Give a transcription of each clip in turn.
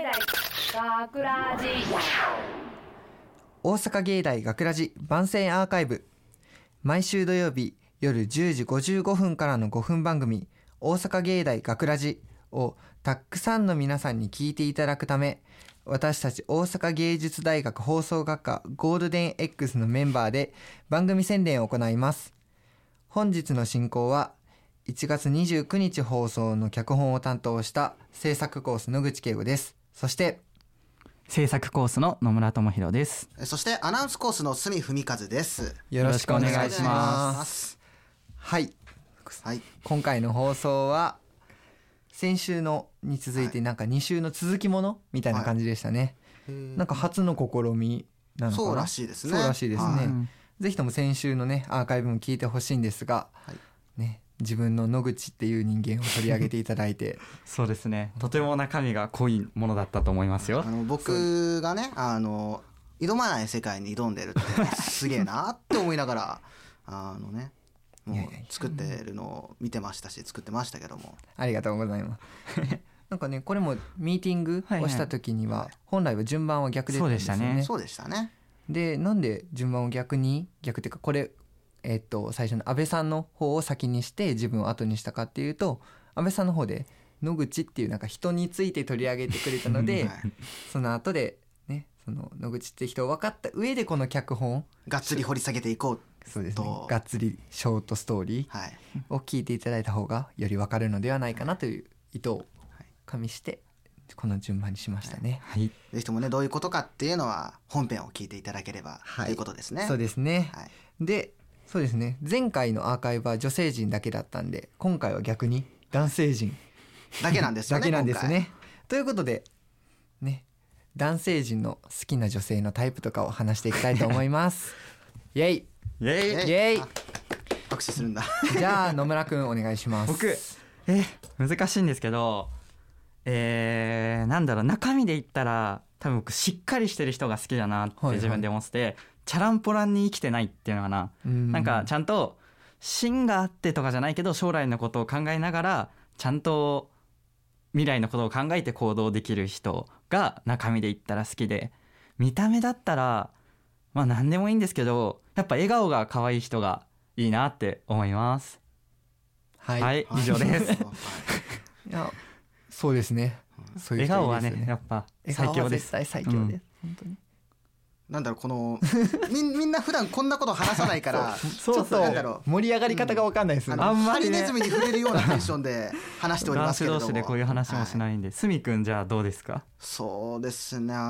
学ラジ大阪芸大学ラジ番宣アーカイブ、毎週土曜日夜10時55分からの5分番組大阪芸大学ラジをたくさんの皆さんに聞いていただくため、私たち大阪芸術大学放送学科ゴールデン X のメンバーで番組宣伝を行います。本日の進行は1月29日放送の脚本を担当した制作コース野口圭吾です。そして制作コースの野村智弘です。 そしてアナウンスコースの角文和です。 よろしくお願いします。はい、今回の放送は先週のに続いてなんか2週の続きものみたいな感じでしたね。なんか初の試みなのかな。 そうらしいですね。 そうらしいですね。ぜひとも先週のねアーカイブも聞いてほしいんですが、ね、自分の野口っていう人間を取り上げていただいてそうですね、とても中身が濃いものだったと思いますよ。 僕がね挑まない世界に挑んでるってすげえなって思いながらもう作ってるのを見てましたし作ってましたけども、 ありがとうございますなんかねこれもミーティングをした時には本来は順番は逆でしたんですよね。 そうでしたね。 でなんで順番を逆っていうかこれ最初の安倍さんの方を先にして自分を後にしたかっていうと、安倍さんの方で野口っていうなんか人について取り上げてくれたのでその後でねその野口って人を分かった上でこの脚本がっつり掘り下げていこう。 そうですね、がっつりショートストーリーを聞いていただいた方がより分かるのではないかなという意図を加味してこの順番にしましたね。 ぜひともねどういうことかっていうのは本編を聞いていただければということですね。 そうですね、でそうですね、前回のアーカイブは女性陣だけだったんで今回は逆に男性陣だけなんですよねだけなんですね。ということでね、男性陣の好きな女性のタイプとかを話していきたいと思いますイエイイエイイエイ握手するんだじゃあ野村くんお願いします。 僕難しいんですけどなんだろう、中身で言ったら多分僕しっかりしてる人が好きだなって自分で思ってて、チャランポランに生きてないっていうのかな。なんかちゃんと芯があってとかじゃないけど将来のことを考えながらちゃんと未来のことを考えて行動できる人が中身で言ったら好きで、見た目だったらまあ何でもいいんですけどやっぱ笑顔が可愛い人がいいなって思います。はい、以上ですいやそうですね、そういう人いいですよね。 笑顔はねやっぱ最強です。 絶対最強です、本当に。 なんだろうこのみんな普段こんなこと話さないからちょっと盛り上がり方が分かんないですよね。 あんまりねハリネズミに触れるようなテンションで話しておりますけれども、 男子同士でこういう話もしないんで、すみくんじゃあどうですか。 そうですね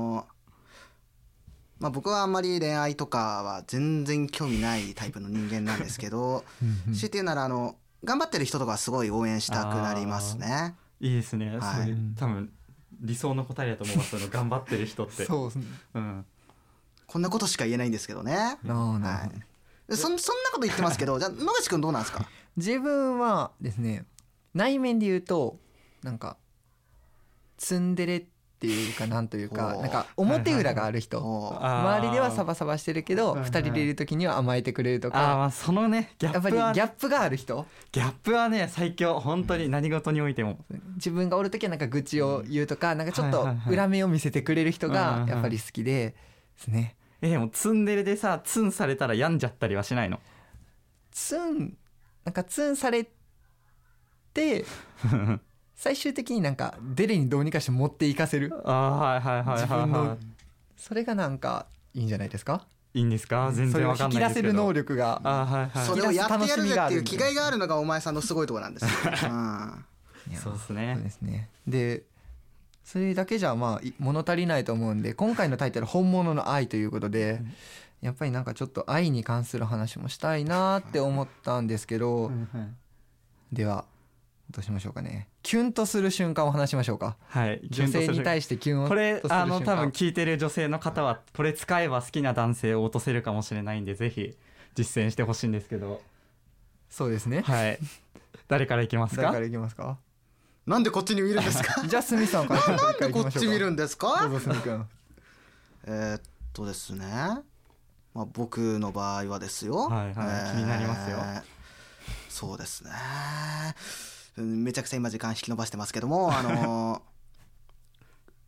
僕はあんまり恋愛とかは全然興味ないタイプの人間なんですけど強いて言うなら頑張ってる人とかすごい応援したくなりますね。 いいですね、それ多分理想の答えだと思います。その頑張ってる人ってそうですね、 こんなことしか言えないんですけどね。そんなこと言ってますけどじゃあ野口くんどうなんですか。 自分はですね内面で言うとなんかツンデレっていうかなんというかなんか表裏がある人、周りではサバサバしてるけど2人でいる時には甘えてくれるとか、 そのねギャップはやっぱりギャップがある人、 ギャップはね最強、本当に何事においても。 自分がおる時はなんか愚痴を言うとかなんかちょっと裏目を見せてくれる人がやっぱり好きでですね。 でもツンデレでさツンされたら病んじゃったりはしないの。 なんかツンされて最終的になんかデレにどうにかして持っていかせる、自分のそれがなんかいいんじゃないですか。 いいんですか。全然わかんないですけど、それを引き出せる能力が、 それをやってやるぜっていう気概があるのがお前さんのすごいところなんですよそうですね。 そうですね。でそれだけじゃまあ物足りないと思うんで今回のタイトル本物の愛ということで、やっぱりなんかちょっと愛に関する話もしたいなって思ったんですけど、ではどうしましょうかね。キュンとする瞬間を話しましょうか。女性に対してキュンとする瞬間。 これ多分聞いてる女性の方はこれ使えば好きな男性を落とせるかもしれないんでぜひ実践してほしいんですけど。 そうですね、 誰からいきますか。 なんでこっちに見るんですかじゃあスミさんからなんでこっち見るんですか。 どうぞスミ君。 ですね、僕の場合はですよ、 気になりますよ。 そうですね、めちゃくちゃ今時間引き延ばしてますけども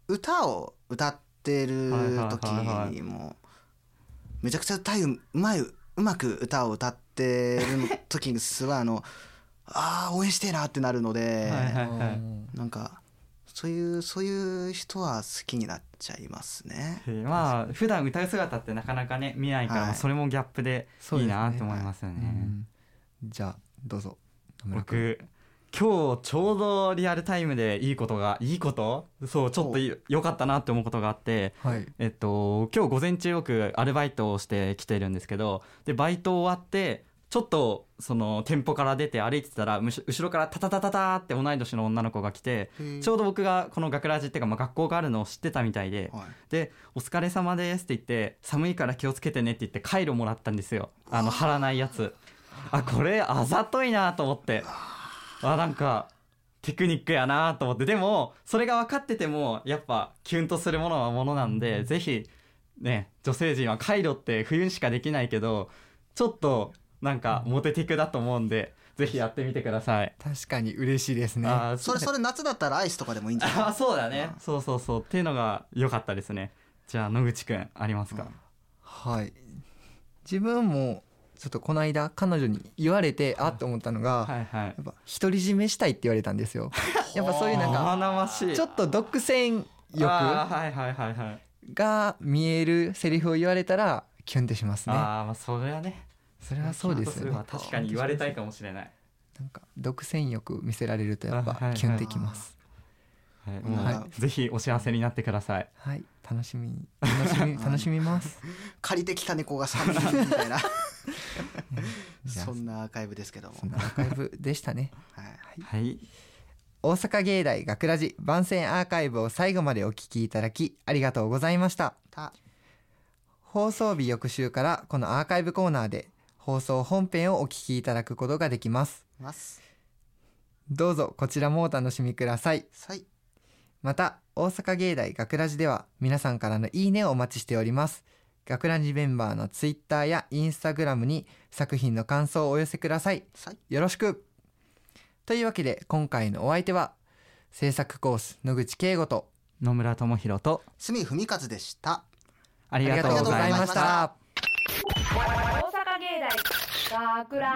歌を歌ってる時にもめちゃくちゃうまく歌を歌ってる時にすごい応援してえなってなるので、なんかそういう人は好きになっちゃいますね。 まあ普段歌う姿ってなかなかね見ないから、それもギャップでいいなって思いますよね。 じゃあどうぞ。 僕今日ちょうどリアルタイムでそうちょっと良かったなって思うことがあって、今日午前中僕アルバイトをしてきてるんですけど、でバイト終わってちょっとその店舗から出て歩いてたら後ろからタタタタタって同い年の女の子が来て、ちょうど僕がこの学ラジっていうか、学校があるのを知ってたみたいで、でお疲れ様ですって言って、寒いから気をつけてねって言ってカイロもらったんですよ。貼らないやつ。これあざといなと思って、なんかテクニックやなと思って、でもそれが分かっててもやっぱキュンとするものはものなんで、ぜひね女性陣はカイロって冬にしかできないけどちょっとなんかモテテクだと思うんで、ぜひやってみてください。 確かに嬉しいですね。 それ夏だったらアイスとかでもいいんじゃない？ そうだね。そうっていうのが良かったですね。じゃあ野口くんありますか？ はい、自分もちょっとこの間彼女に言われてって思ったのが、やっぱ独り占めしたいって言われたんですよ。やっぱそういうなんかちょっと独占欲が見えるセリフを言われたらキュンってしますね。 それはね、 それはそうですよね。 確かに言われたいかもしれない。 なんか独占欲見せられるとやっぱキュンってきます。 ぜひお幸せになってください。 はい、楽しみます。 借りてきた猫が3人みたいなそんなアーカイブですけども、 そんなアーカイブでしたね。 はい、 大阪芸大学ラジ番宣アーカイブを最後までお聞きいただきありがとうございました。放送日翌週からこのアーカイブコーナーで放送本編をお聞きいただくことができます。どうぞこちらもお楽しみください。また大阪芸大学ラジでは皆さんからのいいねをお待ちしております。学ラジメンバーのツイッターやインスタグラムに作品の感想をお寄せください。よろしく。というわけで今回のお相手は制作コース野口圭吾と野村智弘と角文和でした。 ありがとうございました。 大阪芸大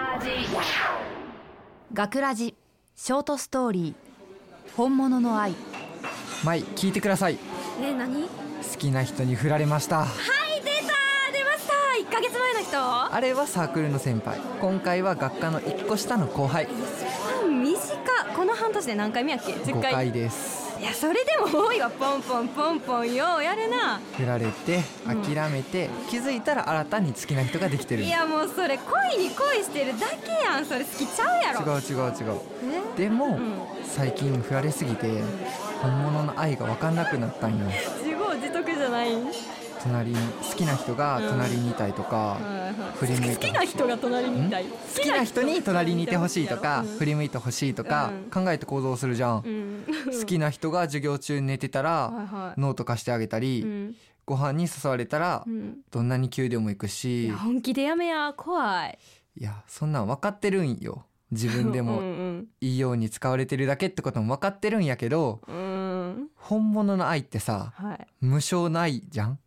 学ラジショートストーリー本物の愛。 舞、聞いてください。 何？ 好きな人に振られました。 出ました。1ヶ月前の人。 あれはサークルの先輩、今回は学科の1個下の後輩。 短っ。この半年で何回目やっけ？10回。 5回です。 いやそれでも多いわ。ポンポンポンポンようやるな。 振られて諦めて、気づいたら新たに好きな人ができてる。 いやもうそれ恋に恋してるだけやん。それ好きちゃうやろ。 違う。でも、最近振られすぎて本物の愛が分かんなくなったんよ。 自業自得じゃないん？ 隣に好きな人が隣にいたいとか、振り向いて好きな人が隣にいたい、 好きな人に隣にいてほしいとか、振り向いてほしいとか、考えて行動するじゃん。好きな人が授業中寝てたらノート貸してあげたり、ご飯に誘われたらどんなに急でも行くし。 本気でやめや、怖い。 いやそんなん分かってるんよ。自分でもいいように使われてるだけってことも分かってるんやけど、本物の愛ってさ、無償の愛じゃん。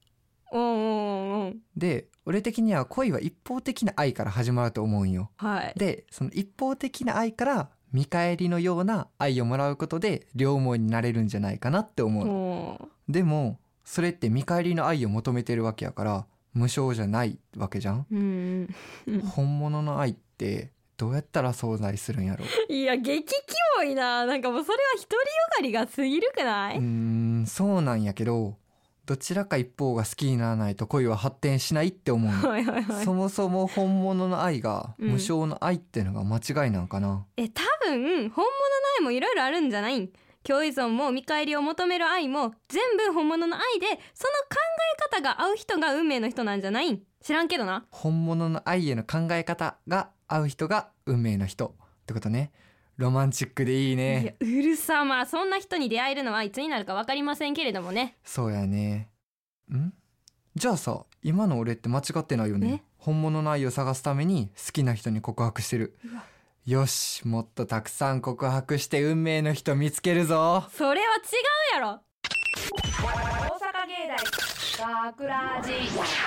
で俺的には恋は一方的な愛から始まると思うんよ。でその一方的な愛から見返りのような愛をもらうことで両思いになれるんじゃないかなって思う。でもそれって見返りの愛を求めてるわけやから無償じゃないわけじゃん。本物の愛ってどうやったら存在するんやろ。 いや激キモいな。なんかもうそれは独りよがりが過ぎるくない？ そうなんやけど、どちらか一方が好きにならないと恋は発展しないって思う。そもそも本物の愛が無償の愛ってのが間違いなんかな。 多分本物の愛もいろいろあるんじゃないん？共依存も見返りを求める愛も全部本物の愛で、その考え方が合う人が運命の人なんじゃないん？知らんけどな。 本物の愛への考え方が合う人が運命の人ってことね。ロマンチックでいいね。 いやうるさま。そんな人に出会えるのはいつになるか分かりませんけれどもね。 そうやね。じゃあさ、今の俺って間違ってないよね。本物の愛を探すために好きな人に告白してる。よし、もっとたくさん告白して運命の人見つけるぞ。 それは違うやろ。 大芸大学ラジ。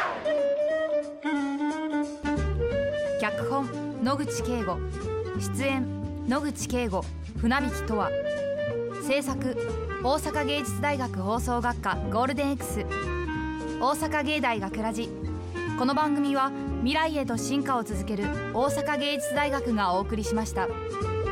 脚本野口圭吾、出演野口圭吾、船引とわ、制作大阪芸術大学放送学科ゴールデン X、 大阪芸大学ラジ。この番組は未来へと進化を続ける大阪芸術大学がお送りしました。